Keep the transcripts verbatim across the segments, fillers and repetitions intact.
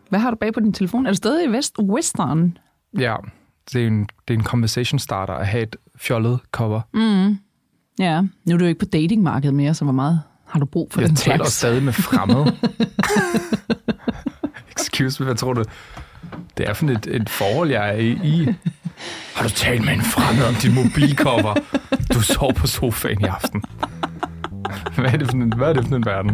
Hvad har du bag på din telefon? Er det stadig i West Western? Ja, det er, en, det er en conversation starter at have et fjollet cover. Mm. Ja, nu er du jo ikke på datingmarkedet mere, så hvor meget har du brug for jeg den slags? Jeg taler stadig med fremmede. Excuse me, hvad tror du? Det er for et, et forhold, jeg er i. Har du talt med en fremmed om dit mobilcover? Du sov på sofaen i aften. Hvad er det for en, hvad er det for en verden?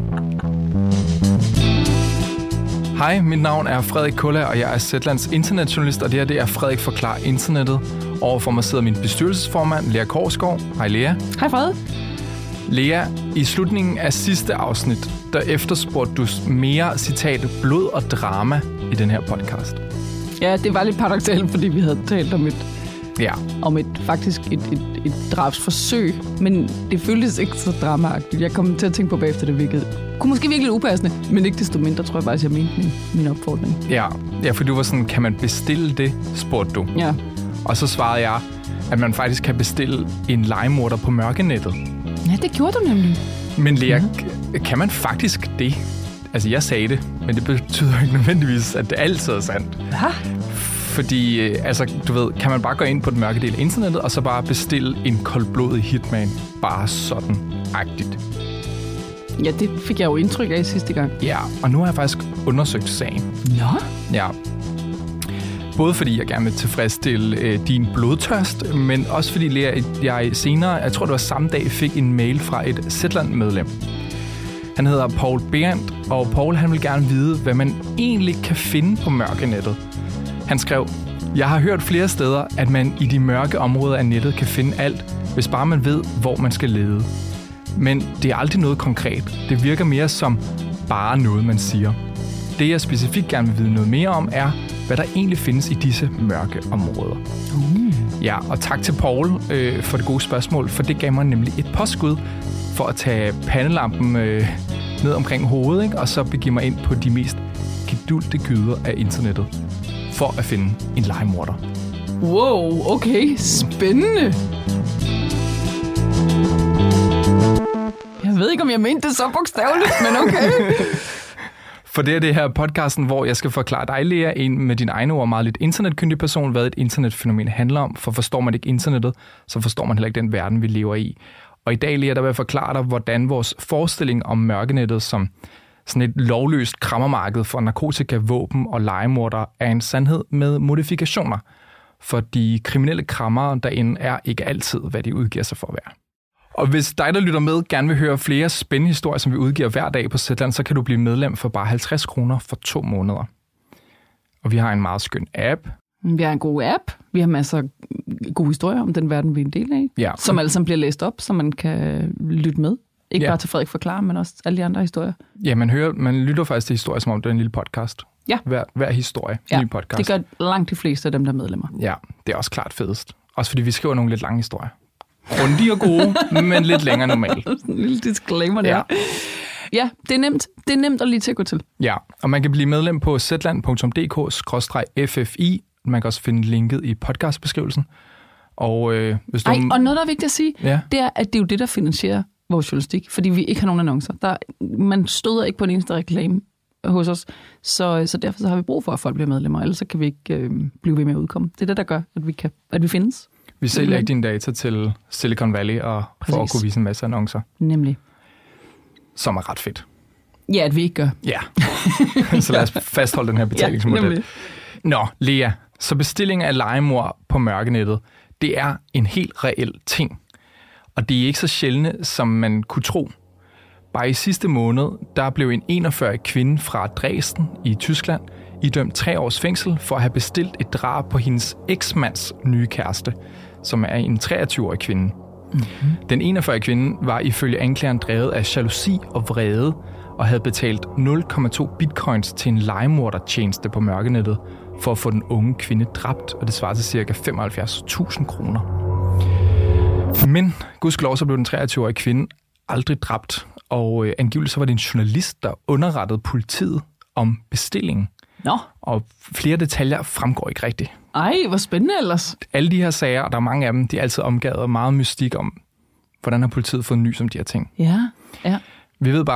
Hej, mit navn er Frederik Kulla, og jeg er Zetlands internetjournalist, og det her det er Frederik Forklarer Internettet. Overfor mig sidder min bestyrelsesformand, Lea Korsgaard. Hej Lea. Hej Fred. Lea, i slutningen af sidste afsnit, der efterspurgte du mere, citat, blod og drama i den her podcast. Ja, det var lidt paradoksalt, fordi vi havde talt om et, ja. om et faktisk et, et, et drabsforsøg, men det føltes ikke så dramaagtigt. Jeg kom til at tænke på bagefter, det virkede. Kunne måske virkelig upassende, men ikke desto mindre, tror jeg faktisk, jeg mente min, min opfordring. Ja, ja, for du var sådan, kan man bestille det, spurgte du. Ja. Og så svarede jeg, at man faktisk kan bestille en legemorder på mørkenettet. Ja, det gjorde du nemlig. Men Lea, mm-hmm. kan man faktisk det? Altså, jeg sagde det, men det betyder ikke nødvendigvis, at det altid er sandt. Hvad? Fordi, altså, du ved, kan man bare gå ind på den mørke del af internettet, og så bare bestille en koldblodig hitman, bare sådan-agtigt. Ja, det fik jeg jo indtryk af sidste gang. Ja, og nu har jeg faktisk undersøgt sagen. Nå? Ja. Både fordi jeg gerne vil tilfredsstille øh, din blodtørst, men også fordi Lea, jeg senere, jeg tror det var samme dag, fik en mail fra et Zetland-medlem. Han hedder Paul Berendt, og Paul han vil gerne vide, hvad man egentlig kan finde på mørkenettet. Han skrev, jeg har hørt flere steder, at man i de mørke områder af nettet kan finde alt, hvis bare man ved, hvor man skal lede. Men det er aldrig noget konkret. Det virker mere som bare noget, man siger. Det, jeg specifikt gerne vil vide noget mere om, er, hvad der egentlig findes i disse mørke områder. Mm. Ja, og tak til Paul øh, for det gode spørgsmål, for det gav mig nemlig et påskud for at tage pandelampen øh, ned omkring hovedet, ikke? Og så begive mig ind på de mest gedulte gyder af internettet, for at finde en legemorder. Wow, okay, spændende. Jeg ved ikke, om jeg mente det så bogstaveligt, men okay. For det er det her podcasten, hvor jeg skal forklare dig, Lea, en med dine egne ord meget lidt internetkyndig person, hvad et internetfænomen handler om. For forstår man ikke internettet, så forstår man heller ikke den verden, vi lever i. Og i dag, Lea, der vil jeg forklare dig, hvordan vores forestilling om mørkenettet som sådan et lovløst krammermarked for narkotika, våben og legemordere er en sandhed med modifikationer. For de kriminelle krammere derinde er ikke altid, hvad de udgiver sig for at være. Og hvis dig, der lytter med, gerne vil høre flere spændende historier, som vi udgiver hver dag på Zetland, så kan du blive medlem for bare halvtreds kroner for to måneder. Og vi har en meget skøn app. Vi har en god app. Vi har masser af gode historier om den verden, vi er en del af. Ja. Som alle sammen bliver læst op, så man kan lytte med. Ikke ja. bare til Frederik Forklarer, men også alle de andre historier. Ja, man, hører, man lytter faktisk til historier, som om det er en lille podcast. Ja. Hver, hver historie, ja. en lille podcast. Det gør langt de fleste af dem, der er medlemmer. Ja, det er også klart fedest. Også fordi vi skriver nogle lidt lange historier. Grundige og gode, men lidt længere normalt. En lille disclaimer der. Ja. ja, det er nemt. Det er nemt at lige til at gå til. Ja, og man kan blive medlem på zetland punktum d k skråstreg f f i. Man kan også finde linket i podcastbeskrivelsen. Og, øh, hvis du... Ej, og noget, der er vigtigt at sige, ja. det er, at det er jo det, der finansierer vores journalistik, fordi vi ikke har nogen annoncer. Der, man støder ikke på en eneste reklame hos os, så, så derfor så har vi brug for, at folk bliver medlemmer, ellers så kan vi ikke øh, blive ved med at udkomme. Det er det, der gør, at vi, kan, at vi findes. Vi sælger ikke dine data til Silicon Valley og for at kunne vise en masse annoncer. Nemlig. Som er ret fedt. Ja, at vi ikke gør. Ja. Så lad os fastholde den her betalingsmodel. Ja, Nå, Lea, så bestilling af legemord på mørkenettet, det er en helt reel ting. Og det er ikke så sjældne, som man kunne tro. Bare i sidste måned, der blev en enogfyrre-årig kvinde fra Dresden i Tyskland idømt tre års fængsel for at have bestilt et drab på hendes eksmands nye kæreste, som er en treogtyve-årig kvinde. Mm-hmm. Den enogfyrre-årige kvinde var ifølge anklageren drevet af jalousi og vrede og havde betalt nul komma to bitcoins til en legemordertjeneste på mørkenettet for at få den unge kvinde dræbt, og det svarer til ca. femoghalvfjerds tusind kroner. Men gudskelov så blev den treogtyve-årige kvinde aldrig dræbt, og øh, angiveligt så var det en journalist, der underrettede politiet om bestillingen. Nå. Og flere detaljer fremgår ikke rigtigt. Ej, hvor spændende ellers. Alle de her sager, og der er mange af dem, de er altid omgivet af meget mystik om, hvordan har politiet fået nys om de her ting. Ja, ja. Vi ved bare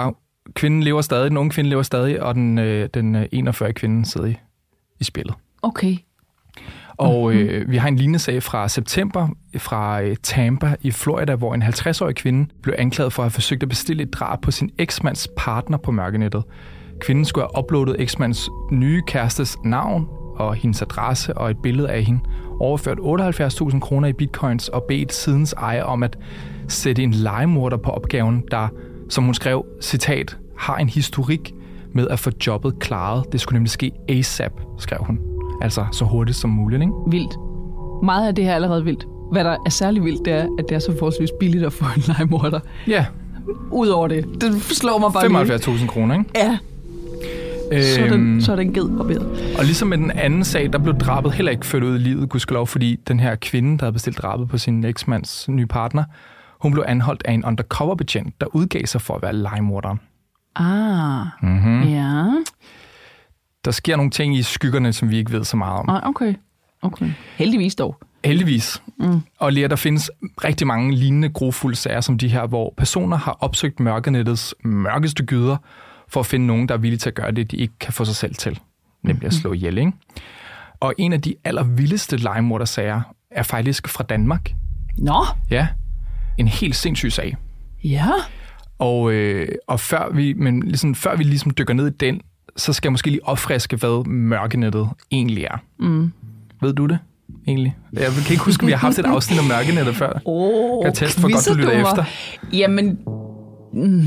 kvinden lever stadig, den unge kvinde lever stadig, og den, øh, den enogfyrre-årige kvinde sidder i, i spillet. Okay. Og øh, vi har en lignende sag fra september fra øh, Tampa i Florida, hvor en halvtreds-årig kvinde blev anklaget for at have forsøgt at bestille et drab på sin eksmands partner på mørkenettet. Kvinden skulle have uploadet eksmands nye kærestes navn og hendes adresse og et billede af hende, overført otteoghalvfjerds tusind kroner i bitcoins og bedt sidens ejer om at sætte en legemorder på opgaven, der, som hun skrev, citat, har en historik med at få jobbet klaret. Det skulle nemlig ske ASAP, skrev hun. Altså så hurtigt som muligt, ikke? Vildt. Meget af det her er allerede vildt. Hvad der er særlig vildt, det er, at det er så forholdsvis billigt at få en legemorder. Ja. Udover det. Det slår mig bare femoghalvfjerds tusind kroner, ikke? Ja. Øhm, så, er den, så er den ged barberet. Og ligesom med den anden sag, der blev drabet heller ikke ført ud i livet, gudskelov, fordi den her kvinde, der havde bestilt drabet på sin eksmands nye partner, hun blev anholdt af en undercover-betjent, der udgav sig for at være legemorderen. Ah, mm-hmm. ja. Der sker nogle ting i skyggerne, som vi ikke ved så meget om. Ah, okay. okay. Heldigvis dog. Heldigvis. Mm. Og Lea, der findes rigtig mange lignende grofulde sager som de her, hvor personer har opsøgt mørkenettets mørkeste gyder for at finde nogen, der er villige til at gøre det, de ikke kan få sig selv til. Nemlig at slå ihjel, ikke? Og en af de allervildeste legemordersager er faktisk fra Danmark. Nå? Ja. En helt sindssyg sag. Ja. Og, øh, og før, vi, men ligesom, før vi ligesom dykker ned i den, så skal jeg måske lige opfriske, hvad mørkenettet egentlig er. Mm. Ved du det egentlig? Jeg kan ikke huske, at vi har haft et afsnit om mørkenettet før. Oh, kan jeg teste, hvor godt du lytter efter? Jamen, mm,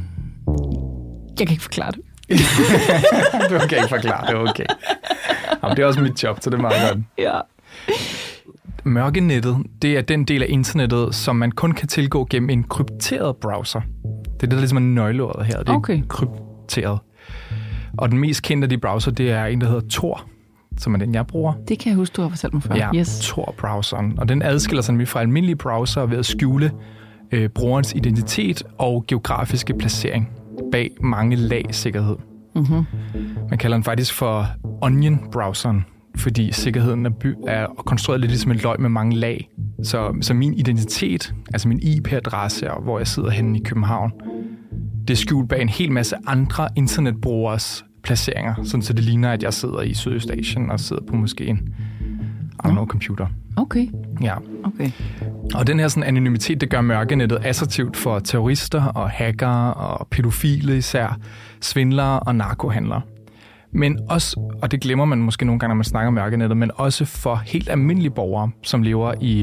jeg kan ikke forklare det. Du kan ikke forklare det, okay. Jamen, det er også mit job, så det er meget godt. Ja. Mørkenettet, det er den del af internettet, som man kun kan tilgå gennem en krypteret browser. Det er det, der ligesom er nøgleordet her. Det er okay. krypteret. Og den mest kendte af de browser, det er en, der hedder Tor, som er den, jeg bruger. Det kan jeg huske, du har fortalt mig før. Ja, yes. Tor-browseren. Og den adskiller sig nemlig fra almindelige browser ved at skjule øh, brugerens identitet og geografiske placering bag mange lag sikkerhed. Mm-hmm. Man kalder den faktisk for Onion-browseren, fordi sikkerheden er, by- er konstrueret lidt ligesom et løg med mange lag. Så, så min identitet, altså min I P-adresse, og hvor jeg sidder henne i København, det er skjult bag en hel masse andre internetbrugers placeringer, sådan så det ligner, at jeg sidder i Sydøstasien og sidder på måske en anden computer. Okay. Ja. Okay. Og den her sådan anonymitet, det gør mørkenettet attraktivt for terrorister og hackere og pædofile især, svindlere og narkohandlere. Men også, og det glemmer man måske nogle gange, når man snakker om mørkenettet, men også for helt almindelige borgere, som lever i,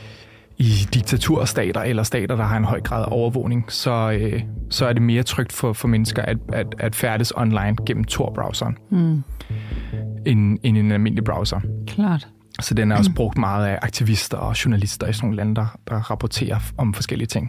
i diktaturstater eller stater, der har en høj grad af overvågning, så, øh, så er det mere trygt for, for mennesker at, at, at færdes online gennem Tor-browseren mm. end, end en almindelig browser. Klart. Så den er også brugt meget af aktivister og journalister i sådan nogle lande, der, der rapporterer om forskellige ting.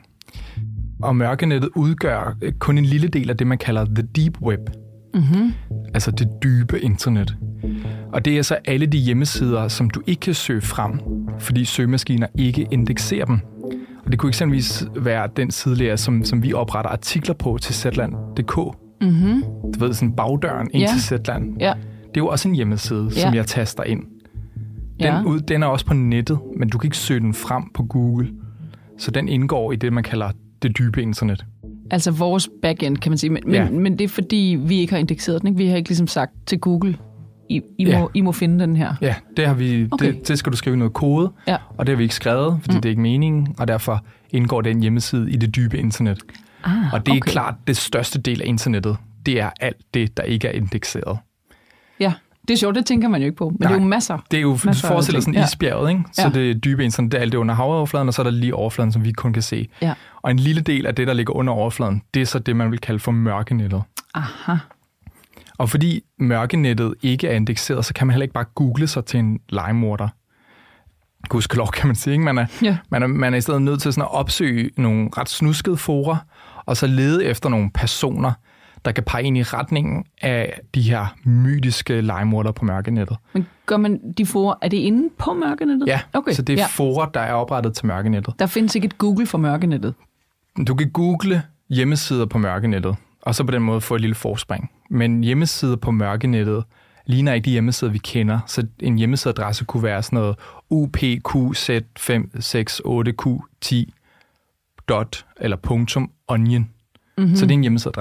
Og mørkenettet udgør kun en lille del af det, man kalder the deep web. Mm-hmm. Altså det dybe internet. Og det er så alle de hjemmesider, som du ikke kan søge frem, fordi søgemaskiner ikke indekserer dem. Og det kunne eksempelvis være den sidelærer, som, som vi opretter artikler på til Zetland punktum d k. Mm-hmm. Du ved, sådan bagdøren ind yeah. til Zetland. Yeah. Det er jo også en hjemmeside, yeah. som jeg taster ind. Den, ja. ud, den er også på nettet, men du kan ikke søge den frem på Google. Så den indgår i det, man kalder det dybe internet. Altså vores backend, kan man sige. Men, ja. men, men det er fordi, vi ikke har indekseret den, ikke? Vi har ikke ligesom sagt til Google, I, I, ja. må, I må finde den her. Ja, det har vi. Okay. Det, det skal du skrive noget kode, ja. og det har vi ikke skrevet, fordi mm. det er ikke meningen, og derfor indgår den hjemmeside i det dybe internet. Ah, og det er okay. klart, det største del af internettet, det er alt det, der ikke er indekseret. Ja. Det er sjovt, det tænker man jo ikke på, men Nej, det er jo masser. Det er jo, du forestiller sådan ja. isbjerget, ikke? Så ja. Det dybe internet, det er alt det under havoverfladen, og så er der lige overfladen, som vi kun kan se. Ja. Og en lille del af det, der ligger under overfladen, det er så det, man vil kalde for mørkenettet. Aha. Og fordi mørkenettet ikke er indekseret, så kan man heller ikke bare google sig til en legemorder. Gudskelov, kan man sige, ikke? Man er, ja. man er, man er i stedet nødt til sådan at opsøge nogle ret snuskede fora, og så lede efter nogle personer, der kan pege ind i retningen af de her mytiske legemordere på mørkenettet. Men gør man de fora, er det inde på mørkenettet? Ja, okay. Så det er ja. fora, der er oprettet til mørkenettet. Der findes ikke et Google for mørkenettet? Du kan google hjemmesider på mørkenettet, og så på den måde få et lille forspring. Men hjemmesider på mørkenettet ligner ikke de hjemmesider, vi kender. Så en hjemmesideadresse kunne være sådan noget U P Q Z fem seks otte Q ti dot eller punktum onion. Mm-hmm. Så det er en hjemmesideadresse.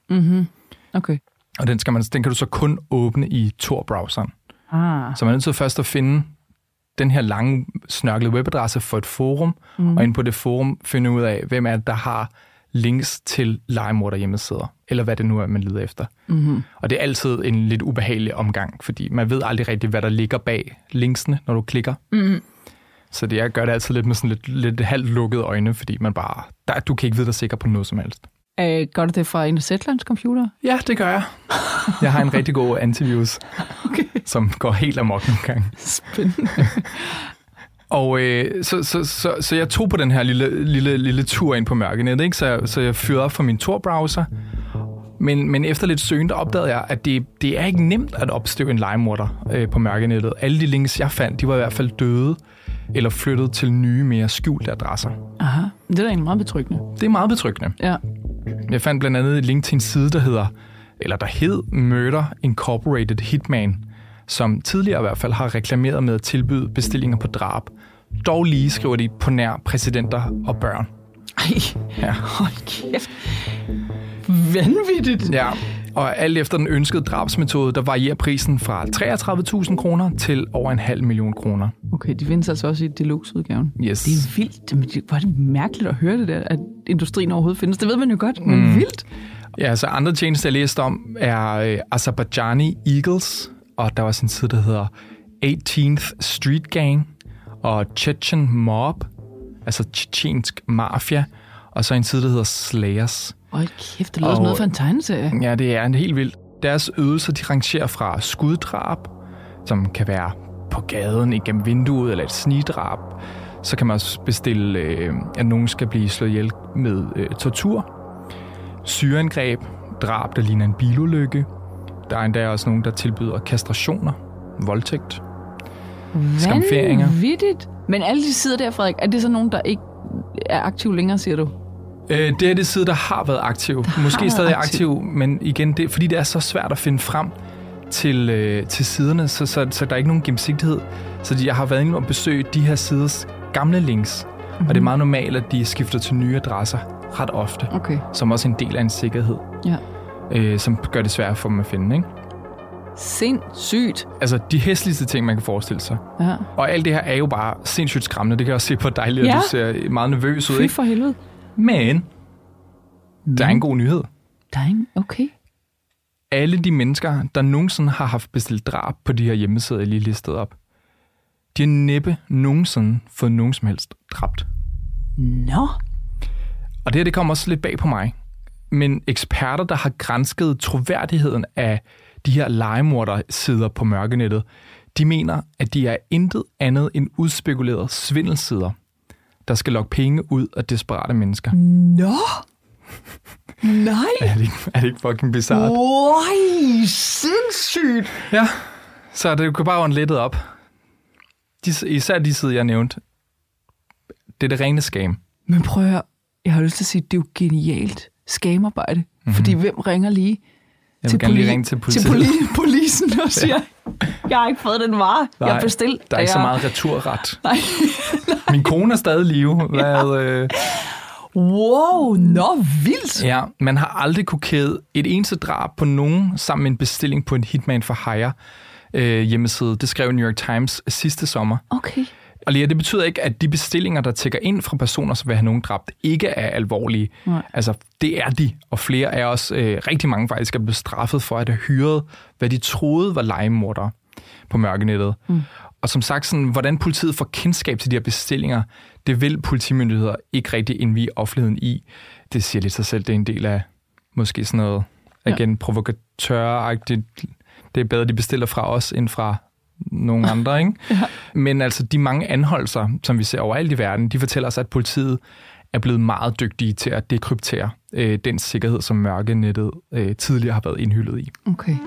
Mm-hmm. Okay. Og den, skal man, den kan du så kun åbne i Tor-browseren. Ah. Så man er nødt til først at finde den her lange, snørklede webadresse for et forum, mm. og inde på det forum finde ud af, hvem er det, der har links til legemorder hjemmesider, eller hvad det nu er, man leder efter. Mm-hmm. Og det er altid en lidt ubehagelig omgang, fordi man ved aldrig rigtigt, hvad der ligger bag linksene, når du klikker. Mm-hmm. Så det, jeg gør det altid lidt med sådan lidt, lidt halvt lukkede øjne, fordi man bare, der, du kan ikke vide dig sikker på noget som helst. Øh, gør du det fra en Zetlands computer? Ja, det gør jeg. Jeg har en rigtig god antivirus, okay. som går helt amok nogle gange. Spændende. Og øh, så, så, så, så jeg tog på den her lille, lille, lille tur ind på mørkenet, ikke? Så, så jeg fyrede op fra min Tor-browser. Men, men efter lidt søgen, der opdagede jeg, at det, det er ikke nemt at opstøve en legemorder øh, på mørkenettet. Alle de links, jeg fandt, de var i hvert fald døde eller flyttet til nye, mere skjulte adresser. Aha, det er da egentlig meget betryggende. Det er meget betryggende. Ja. Jeg fandt blandt andet et link til en side, der hedder, eller der hed Murder Incorporated Hitman, som tidligere i hvert fald har reklameret med at tilbyde bestillinger på drab. Dog lige skriver de på nær præsidenter og børn. Ej, ja. Hold kæft. Vanvittigt. Ja, og alt efter den ønskede drabsmetode, der varierer prisen fra treogtredive tusind kroner til over en halv million kroner. Okay, de findes altså også i deluxe-udgaven. Yes. Det er vildt. Hvor er det mærkeligt at høre det der, at industrien overhovedet findes. Det ved man jo godt, men mm. vildt. Ja, så andre tjenester, jeg læste om, er øh, Azerbaijani Eagles, og der var sådan en side, der hedder eighteenth Street Gang, og Chechen Mob, altså tjetjensk mafia, og så en side, der hedder Slayers. Hold kæft, det lyder som noget for en tegneserie. Ja, det er en helt vildt. Deres ydelser, de rangerer fra skuddrab, som kan være på gaden, igennem vinduet, eller et snigdrab. Så kan man også bestille, øh, at nogen skal blive slået ihjel med øh, tortur, syreangreb, drab, der ligner en bilulykke. Der er endda også nogen, der tilbyder kastrationer, voldtægt, skamferinger. Vanvittigt. Men alle de sider der, Frederik, er det så nogen, der ikke er aktive længere, siger du? Øh, det er det side, der har været aktiv. Der Måske stadig aktiv. aktiv, men igen, det, fordi det er så svært at finde frem til, øh, til siderne, så, så, så der er ikke nogen gennemsigtighed. Så jeg har været inde og besøgt de her siders gamle links, mm-hmm. og det er meget normalt, at de skifter til nye adresser ret ofte, okay. som også er en del af en sikkerhed, ja. øh, som gør det svært for dem at finde, ikke? Sindssygt. Altså, de hæsligste ting, man kan forestille sig. Ja. Og alt det her er jo bare sindssygt skræmmende. Det kan jeg også se på dig, at ja. Du ser meget nervøs ud, ikke? Fy for helvede. Men, Men der er en god nyhed. Der er en, okay. Alle de mennesker, der nogensinde har haft bestilt drab på de her hjemmesider, jeg lige listet op, de har næppe nogensinde fået nogen som helst dræbt. Nå. Og det her, det kommer også lidt bag på mig. Men eksperter, der har gransket troværdigheden af de her legemordersider på mørkenettet, de mener, at de er intet andet end udspekulerede svindelsider, der skal lokke penge ud af desperate mennesker. Nå! Nej! Er det ikke, er det ikke fucking bizarrt? Oj, sindssygt! Ja, så det kan bare være lettet op. De, især de sider, jeg nævnte. Det er det rene scam. Men prøv at høre, jeg har lyst til at sige, at det er jo genialt scamarbejde. Mm-hmm. Fordi hvem ringer lige? Jeg vil gerne lige ringe til politiet. Til poli- polisen og siger, jeg har ikke fået den vare, Nej, jeg har bestilt. Der er ikke jeg... så meget returret. Nej. Min kone er stadig live. Hvad, ja. øh... Wow, nå vildt. Ja, man har aldrig kunne kæde et eneste drab på nogen sammen med en bestilling på en Hitman for Hire øh, hjemmeside. Det skrev New York Times sidste sommer. Okay. Og Lea, det betyder ikke, at de bestillinger, der tækker ind fra personer, som vil have nogen dræbt, ikke er alvorlige. Nej. Altså, det er de, og flere er også, øh, rigtig mange faktisk, er blevet straffet for at have hyret, hvad de troede var legemordere på mørkenettet. Mm. Og som sagt, sådan, hvordan politiet får kendskab til de her bestillinger, det vil politimyndigheder ikke rigtig indvie offentligheden i. Det siger lidt sig selv, det er en del af måske sådan noget, ja. igen, provokatøragtigt. Det er bedre, de bestiller fra os, end fra nogle andre, ikke? Ja. Men altså, de mange anholdelser, som vi ser overalt i verden, de fortæller os, at politiet er blevet meget dygtige til at dekryptere øh, den sikkerhed, som mørkenettet øh, tidligere har været indhyllet i. Okay.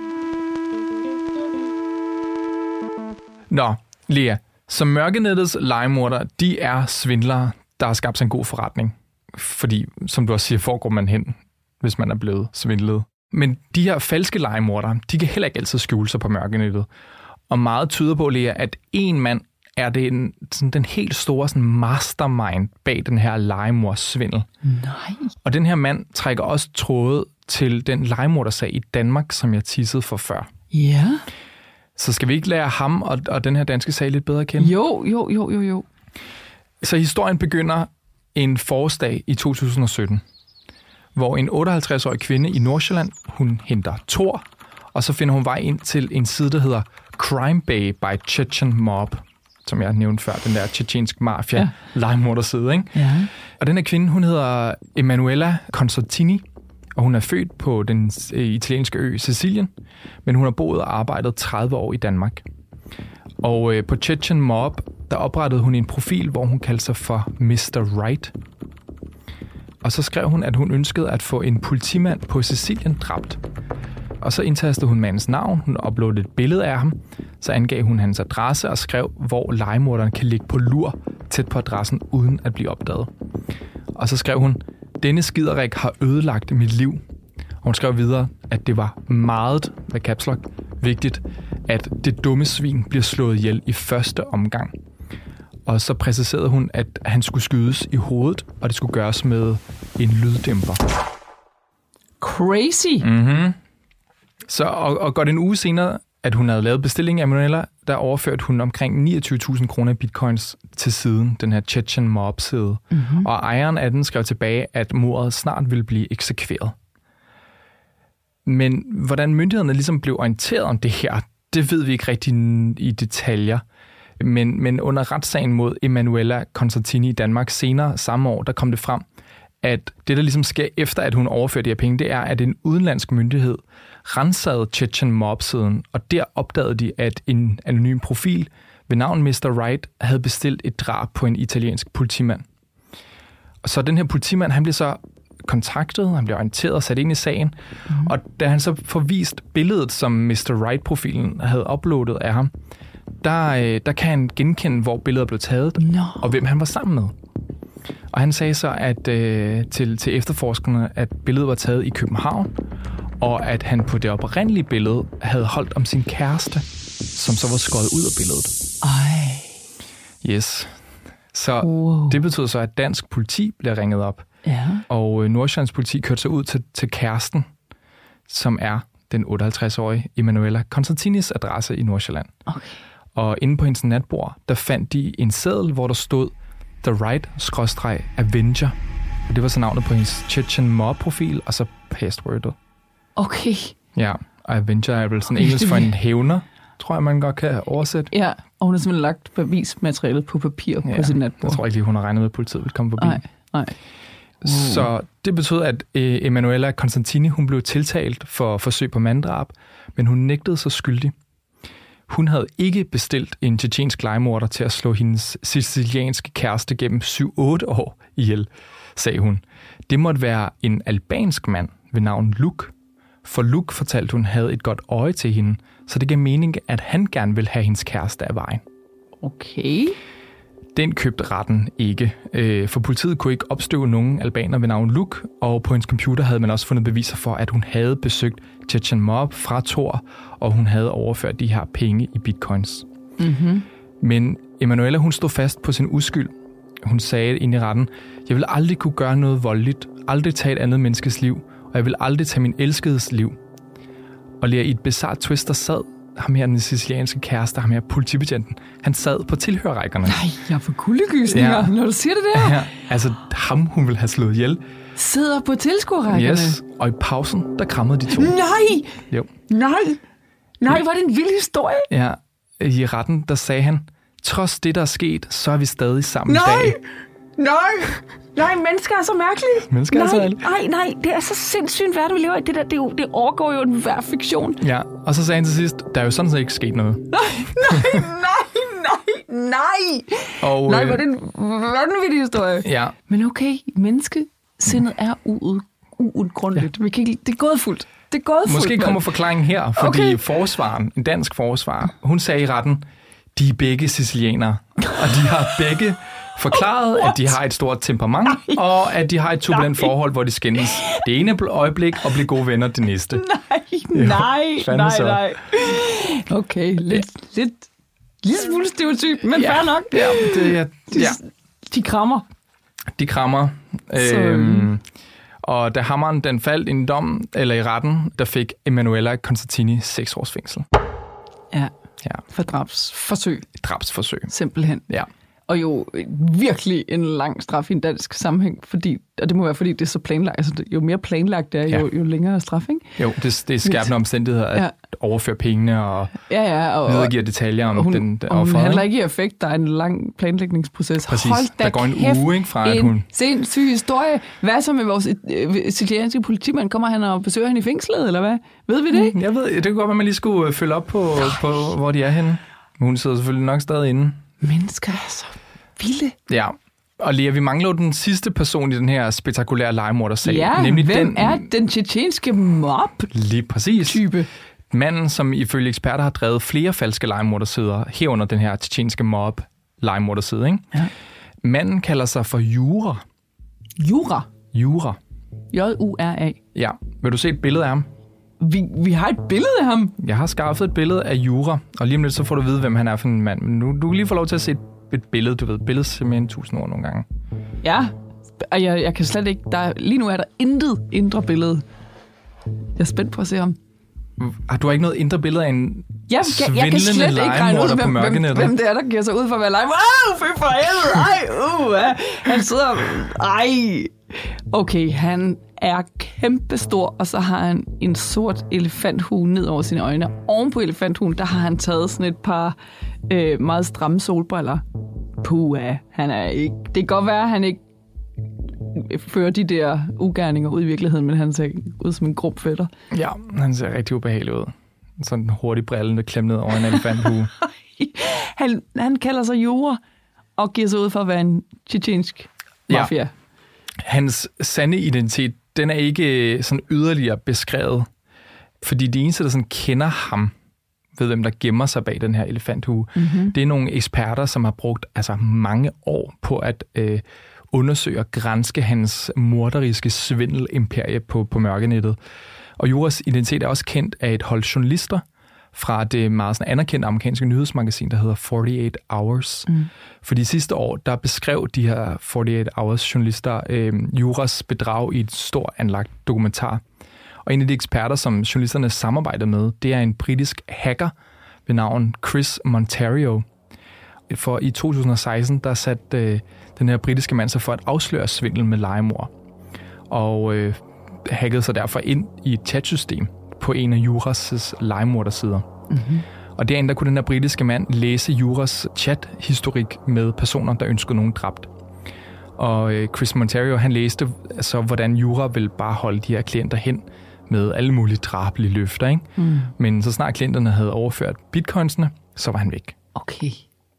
Nå, Lea, så mørkenettets legemordere, de er svindlere, der har skabt sig en god forretning. Fordi, som du også siger, foregår man hen, hvis man er blevet svindlet. Men de her falske legemordere, de kan heller ikke altid skjule sig på mørkenettet. Og meget tyder på, Lea, at en mand er det en, sådan den helt store sådan mastermind bag den her legemordsvindel. Nej. Og den her mand trækker også tråde til den legemordersag i Danmark, som jeg tissede for før. Ja. Så skal vi ikke lære ham og, og den her danske sag lidt bedre at kende? Jo, jo, jo, jo, jo. Så historien begynder en forårsdag i to tusind og sytten, hvor en otteoghalvtreds-årig kvinde i Nordsjælland, hun henter Thor, og så finder hun vej ind til en side, der hedder Crime Bay by Chechen Mob, som jeg nævnte før, den der tjetjensk mafia ja. legemorderside, ikke? Ja. Og den her kvinde, hun hedder Emanuela Constantini, og hun er født på den italienske ø Sicilien, men hun har boet og arbejdet tredive år i Danmark. Og øh, på Chechen Mob, der oprettede hun en profil, hvor hun kaldte sig for mister Right. Og så skrev hun, at hun ønskede at få en politimand på Sicilien dræbt. Og så indtastede hun mandens navn, hun uploadede et billede af ham, så angav hun hans adresse og skrev, hvor legemorderen kan ligge på lur tæt på adressen, uden at blive opdaget. Og så skrev hun, denne skiderik har ødelagt mit liv. Og hun skrev videre, at det var meget, med caps lock, vigtigt, at det dumme svin bliver slået ihjel i første omgang. Og så præciserede hun, at han skulle skydes i hovedet, og det skulle gøres med en lyddæmper. Crazy! Mhm. Så, og, og godt en uge senere, at hun havde lavet bestilling af Emanuela, der overførte hun omkring niogtyve tusind kroner i bitcoins til siden, den her Chechen Mob-side. Mm-hmm. Og ejeren af den skrev tilbage, at mordet snart ville blive eksekveret. Men hvordan myndighederne ligesom blev orienteret om det her, det ved vi ikke rigtig i detaljer. Men, men under retssagen mod Emanuela Constantini i Danmark senere samme år, der kom det frem, at det, der ligesom sker efter, at hun overførte de her penge, det er, at en udenlandsk myndighed rensede Chechen Mob-siden, og der opdagede de, at en anonym profil ved navn mister Right havde bestilt et drab på en italiensk politimand. Og så den her politimand, han blev så kontaktet, han blev orienteret og sat ind i sagen, mm. og da han så får vist billedet, som mister Right-profilen havde uploadet af ham, der, der kan han genkende, hvor billedet blev taget, no. og hvem han var sammen med. Og han sagde så at, øh, til, til efterforskerne, at billedet var taget i København, og at han på det oprindelige billede havde holdt om sin kæreste, som så var skåret ud af billedet. Ej. Yes. Så wow. det betød så, at dansk politi blev ringet op. Ja. Og Nordsjællands politi kørte så ud til, til kæresten, som er den otteoghalvtreds-årige Emanuela Constantinis adresse i Nordsjælland. Okay. Og inde på hendes natbord, der fandt de en seddel, hvor der stod The Right-Avenger. Og det var så navnet på hendes Chechen Mob-profil, og så passwordet. Okay. Ja, og Avenger er vel sådan okay, engelsk for en hævner, tror jeg, man godt kan oversætte. Ja, og hun har simpelthen lagt bevismaterialet på papir ja, på sin natbord. Jeg tror ikke lige, hun har regnet med, at politiet ville komme forbi. Nej, nej. Uh. Så det betød, at eh, Emanuela Constantini, hun blev tiltalt for forsøg på manddrab, men hun nægtede sig skyldig. Hun havde ikke bestilt en tjetjensk legemorder til at slå hendes sicilianske kæreste gennem syv otte år ihjel, sagde hun. Det måtte være en albansk mand ved navn Luke. For Luke, fortalte hun, havde et godt øje til hende, så det gav mening, at han gerne ville have hendes kæreste af vejen. Okay. Den købte retten ikke, for politiet kunne ikke opstøve nogen albaner ved navn Luke, og på hendes computer havde man også fundet beviser for, at hun havde besøgt Chechen Mob fra Thor, og hun havde overført de her penge i bitcoins. Mm-hmm. Men Emanuela, hun stod fast på sin uskyld. Hun sagde ind i retten, jeg vil aldrig kunne gøre noget voldeligt, aldrig tage et andet menneskes liv, og jeg vil aldrig tage min elskedes liv. Og lige i et bizarrt twist, der sad ham her, den sicilianske kæreste, ham her, politibetjenten, han sad på tilhørrækkerne. Nej, jeg får kuldegysninger, ja. Når du siger det der. Ja, altså ham, hun ville have slået ihjel. Sidder på tilskuerrækkerne. Yes, og i pausen, der krammede de to. Nej! Jo. Nej! Nej, var det en vild historie? Ja, i retten, der sagde han, trods det, der er sket, så er vi stadig sammen nej! i dag. Nej! Nej, mennesker er så mærkelige. Mennesker nej, er så ærlige. Nej, nej, det er så sindssygt verden, vi lever i. Det der, det, jo, det overgår jo en hver fiktion. Ja, og så sagde han til sidst, der er jo sådan set ikke sket noget. Nej, nej, nej, nej, nej. Og, nej, var det en vanvittig historie. Ja. Men okay, menneskesindet er uudgrundeligt. Ja. Vi kan ikke, det er gået fuldt. Det er gået fuldt. Måske kommer forklaringen her, fordi okay. forsvaren, en dansk forsvarer, hun sagde i retten, de er begge sicilianere, og de har begge forklaret, at de har et stort temperament, nej, og at de har et turbulent forhold, hvor de skændes det ene øjeblik og bliver gode venner det næste. Nej, jo, nej, nej, så. nej. Okay, lidt, ja. lidt, lidt smule stereotyp, men ja, fair nok. Ja, det, ja. De, de krammer. De krammer. Øhm, Og da hammeren den faldt i en dom, eller i retten, der fik Emanuela Constantini seks års fængsel. Ja, Ja. for drabsforsøg. Drabsforsøg. Simpelthen. Ja. Og jo virkelig en lang straf i en dansk sammenhæng, fordi, og det må være, fordi det er så planlagt. Altså, jo mere planlagt det er, jo, ja. jo længere straf, ikke? Jo, det, det er skærpende omstændigheder at ja. overføre pengene og ja, ja, og, videregiver detaljer om og hun, den og hun offeret. handler ikke i effekt, der er en lang planlægningsproces. Præcis, Hold da der går en kæft, uge, ikke, fra at en hun... sindssyg historie. Hvad så med vores øh, sicilianske politimand? Kommer han og besøger hende i fængslet, eller hvad? Ved vi det? Jeg ved, det kunne godt være, man lige skulle følge op på, på, hvor de er henne. Men hun sidder selvfølgelig nok stadig inde. Mennesker er så vilde. Ja, og Lea, vi mangler den sidste person i den her spektakulære legemordersag. Ja, nemlig hvem den, er den tjetjenske mob? Lige præcis. Type. Manden, som ifølge eksperter har drevet flere falske legemordersider, herunder den her tjetjenske mob legemorderside, ikke? Ja. Manden kalder sig for Jura. Jura? Jura. J U R A. Ja, vil du se et billede af ham? Vi, vi har et billede af ham. Jeg har skaffet et billede af Jura, og lige om lidt så får du at vide, hvem han er for en mand. Men nu du kan lige få lov til at se et, et billede, du ved. Billedet simpelthen tusind år nogle gange. Ja, og jeg, jeg kan slet ikke... Der, lige nu er der intet indre billede. Jeg er spændt på at se ham. Har du ikke noget indre billede af en jeg, jeg, jeg kan slet ikke regne ud, hvem, hvem, hvem det er, der giver sig ud for at være live. Wow, fy for helvede! Ej, uh, ja. Han sidder... Ej... Okay, han er kæmpestor, og så har han en sort elefanthue ned over sine øjne. Oven på elefanthuen, der har han taget sådan et par øh, meget stramme solbriller. Puh, han er ikke... Det kan godt være, at han ikke fører de der ugerninger ud i virkeligheden, men han ser ud som en grub fætter. Ja, han ser rigtig ubehagelig ud. Sådan en hurtig brille, der klemmer ned over en elefanthue. han, han kalder sig Jura og giver sig ud for at være en tjetjensk mafia. Ja. Hans sande identitet, den er ikke sådan yderligere beskrevet, fordi de eneste, der sådan kender ham, ved hvem der gemmer sig bag den her elefanthue, mm-hmm. det er nogle eksperter, som har brugt altså mange år på at øh, undersøge og granske hans morderiske svindelimperie på, på mørkenettet. Og Juras identitet er også kendt af et hold journalister fra det meget sådan anerkendte amerikanske nyhedsmagasin, der hedder forty-eight hours. Mm. For de sidste år, der beskrev de her forty-eight hours journalister øh, Juras bedrag i et stort anlagt dokumentar. Og en af de eksperter, som journalisterne samarbejder med, det er en britisk hacker ved navn Chris Montario. For i to tusind og seksten, der satte øh, den her britiske mand sig for at afsløre svindel med legemord. Og øh, hackede sig derfor ind i et chatsystem på en af Juras legemordersider. Mm-hmm. Og derinde, der kunne den her britiske mand læse Juras chat-historik med personer, der ønskede nogen dræbt. Og øh, Chris Montario, han læste altså, hvordan Jura ville bare holde de her klienter hen med alle mulige drabelige løfter, ikke? Mm. Men så snart klienterne havde overført bitcoinsene, så var han væk. Okay.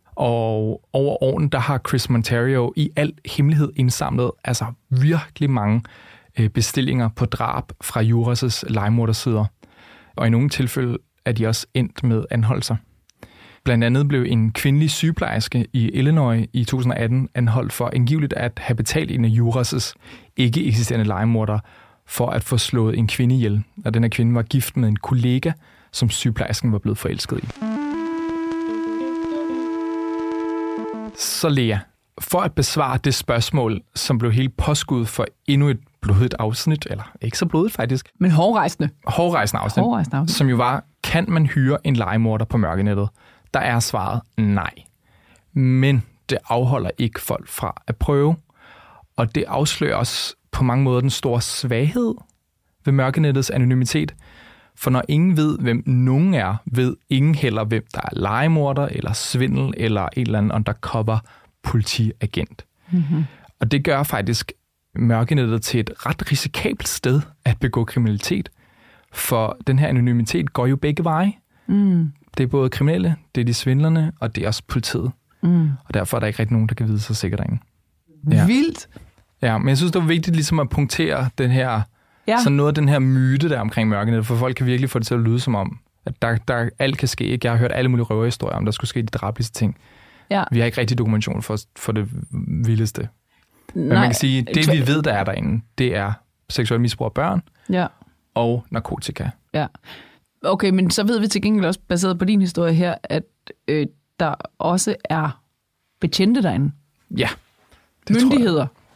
Og over årene, der har Chris Montario i al hemmelighed indsamlet altså virkelig mange øh, bestillinger på drab fra Juras' legemordersider. Og i nogle tilfælde er de også endt med anholdelser. Blandt andet blev en kvindelig sygeplejerske i Illinois i to tusind og atten anholdt for angiveligt at have betalt en af Juras' ikke eksisterende legemordere for at få slået en kvinde ihjel. Og den her kvinde var gift med en kollega, som sygeplejersken var blevet forelsket i. Så Lea, for at besvare det spørgsmål, som blev helt påskudt for endnu et blodigt afsnit, eller ikke så blodigt faktisk. Men hårdrejsende. Hårdrejsende afsnit, hårdrejsende afsnit. Som jo var, kan man hyre en legemorder på mørkenettet? Der er svaret nej. Men det afholder ikke folk fra at prøve, og det afslører også på mange måder den store svaghed ved mørkenettets anonymitet. For når ingen ved, hvem nogen er, ved ingen heller, hvem der er legemorder, eller svindel, eller en eller anden undercover politiagent. Mm-hmm. Og det gør faktisk mørkenettet til et ret risikabelt sted at begå kriminalitet. For den her anonymitet går jo begge veje. Mm. Det er både kriminelle, det er de svindlerne, og det er også politiet. Mm. Og derfor er der ikke rigtig nogen, der kan vide sig sikkert derinde. Ja. Vildt! Ja, men jeg synes, det var vigtigt ligesom at punktere den her, ja. sådan noget af den her myte der omkring mørkenettet, for folk kan virkelig få det til at lyde som om, at der, der alt kan ske. Ikke? Jeg har hørt alle mulige røverhistorier om, der skulle ske de drabeligste ting. Ja. Vi har ikke rigtig dokumentation for, for det vildeste. Nej, men man kan sige, det vi ved, der er derinde, det er seksuel misbrug af børn ja. og narkotika. Ja. Okay, men så ved vi til gengæld også, baseret på din historie her, at øh, der også er betjente derinde. Ja. Myndigheder.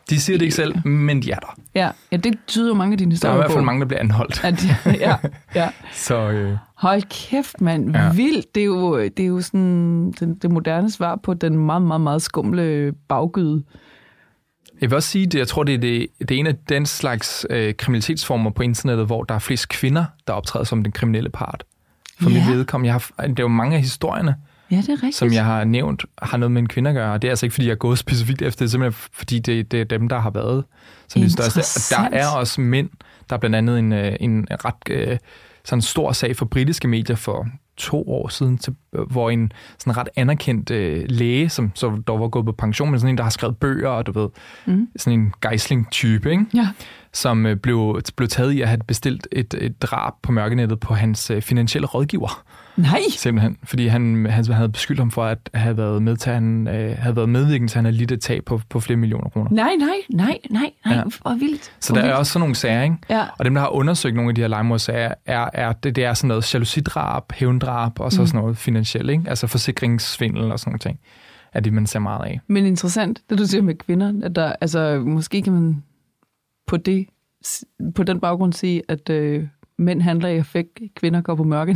De siger det ikke selv, men de er der. Ja, ja det tyder jo mange af dine historier på. Der er i hvert fald mange, der bliver anholdt. At, ja, ja. Så, øh... Hold kæft, mand. Ja. Vildt. Det er jo, det er jo sådan det, det moderne svar på den meget, meget, meget skumle baggyde. Jeg vil også sige, at jeg tror, det er, det, det er en af den slags øh, kriminalitetsformer på internettet, hvor der er flest kvinder, der optræder som den kriminelle part. For ja. mit vedkommende. Jeg har, det er jo mange af historierne, ja, det er rigtigt. som jeg har nævnt, har noget med en kvinde at gøre. Og det er altså ikke, fordi jeg er gået specifikt efter det, simpelthen fordi det, det er dem, der har været som de største. Der er også mænd. Der er blandt andet en, en ret øh, sådan stor sag for britiske medier for to år siden, til, hvor en sådan ret anerkendt øh, læge, som så dog var gået på pension, men sådan en, der har skrevet bøger, og du ved, mm. sådan en Geisling-type, ikke? Ja. Som øh, blev, blev taget i at have bestilt et, et drab på mørkenettet på hans øh, finansielle rådgiver. Nej! Simpelthen, fordi han, han havde beskyldt ham for at have været med til, han øh, havde været medvirkende til, at han havde lidt et tab på, på flere millioner kroner. Nej, nej, nej, nej, nej, ja. Hvor vildt. Så der vildt. er også sådan nogle sager, ikke? Ja. Og dem, der har undersøgt nogle af de her legemordssager, er, er, det, det er sådan noget jalousidrab, hævndrab og så mm. sådan noget finansielt, ikke? Altså forsikringssvindel og sådan nogle ting, er det, man ser meget af. Men interessant, det du siger med kvinder, at der, altså måske kan man på, det, på den baggrund sige, at øh, mænd handler i affekt, kvinder går på mørken,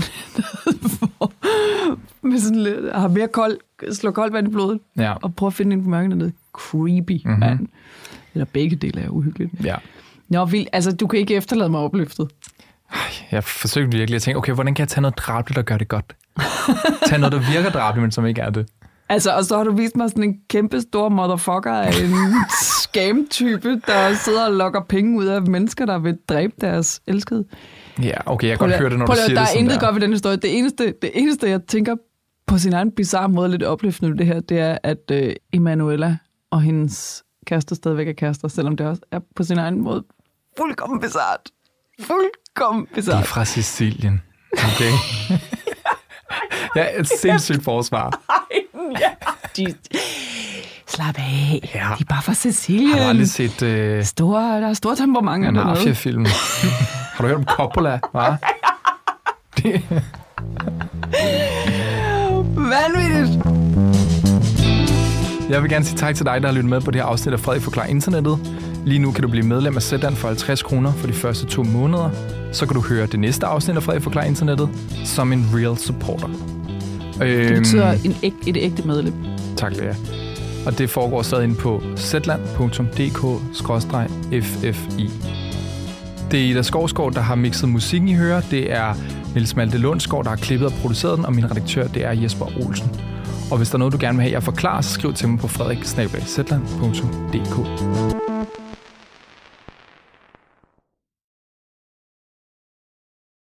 med sådan lidt, har mere kold, slår koldt vand i blodet, ja. og prøver at finde en på mørken, creepy mm-hmm. mand. Eller begge dele er uhyggeligt. Ja. Nå, vildt. Altså, du kan ikke efterlade mig opløftet. Jeg forsøgte virkelig at tænke, okay, hvordan kan jeg tage noget drabeligt og gøre det godt? Tage noget, der virker drabeligt, men som ikke er det. Altså, og så har du vist mig sådan en kæmpe stor motherfucker af en scam-type, der sidder og lokker penge ud af mennesker, der vil dræbe deres elskede. Ja, okay, jeg kan godt høre det, når du siger der det sådan der. Der er intet godt ved den historie. Det eneste, det eneste, jeg tænker på sin egen bizarre måde, lidt opløftende ved det her, det er, at uh, Emanuela og hendes kæreste stadigvæk er kærester, selvom det også er på sin egen måde fuldkommen bizarrt. Fuldkommen bizarrt. De er fra Sicilien. Okay. Ja, et sindssygt forsvar. Ja, de... Slap af. Ja. De er bare fra Sicilien. Har du aldrig set... Øh... Store, der er store temperamenter dernede. En mafia-film. Har du hørt om Coppola? Hva? Det... Vanvittigt. Jeg vil gerne sige tak til dig, der har lyttet med på det her afsnit af Frederik Forklarer Internettet. Lige nu kan du blive medlem af Zetland for halvtreds kroner for de første to måneder. Så kan du høre det næste afsnit af Frederik Forklarer Internettet som en real supporter. Det betyder en æg, et ægte medlem. Tak, Lea. Og det foregår stadig inde på zetland punktum d k skråstreg f f i. Det er Ida Skovsgaard, der har mixet musikken, I hører. Det er Niels Malte Lundsgaard, der har klippet og produceret den, og min redaktør, det er Jesper Olsen. Og hvis der er noget, du gerne vil have, jeg forklarer, så skriv til mig på frederik snabel-a zetland punktum d k.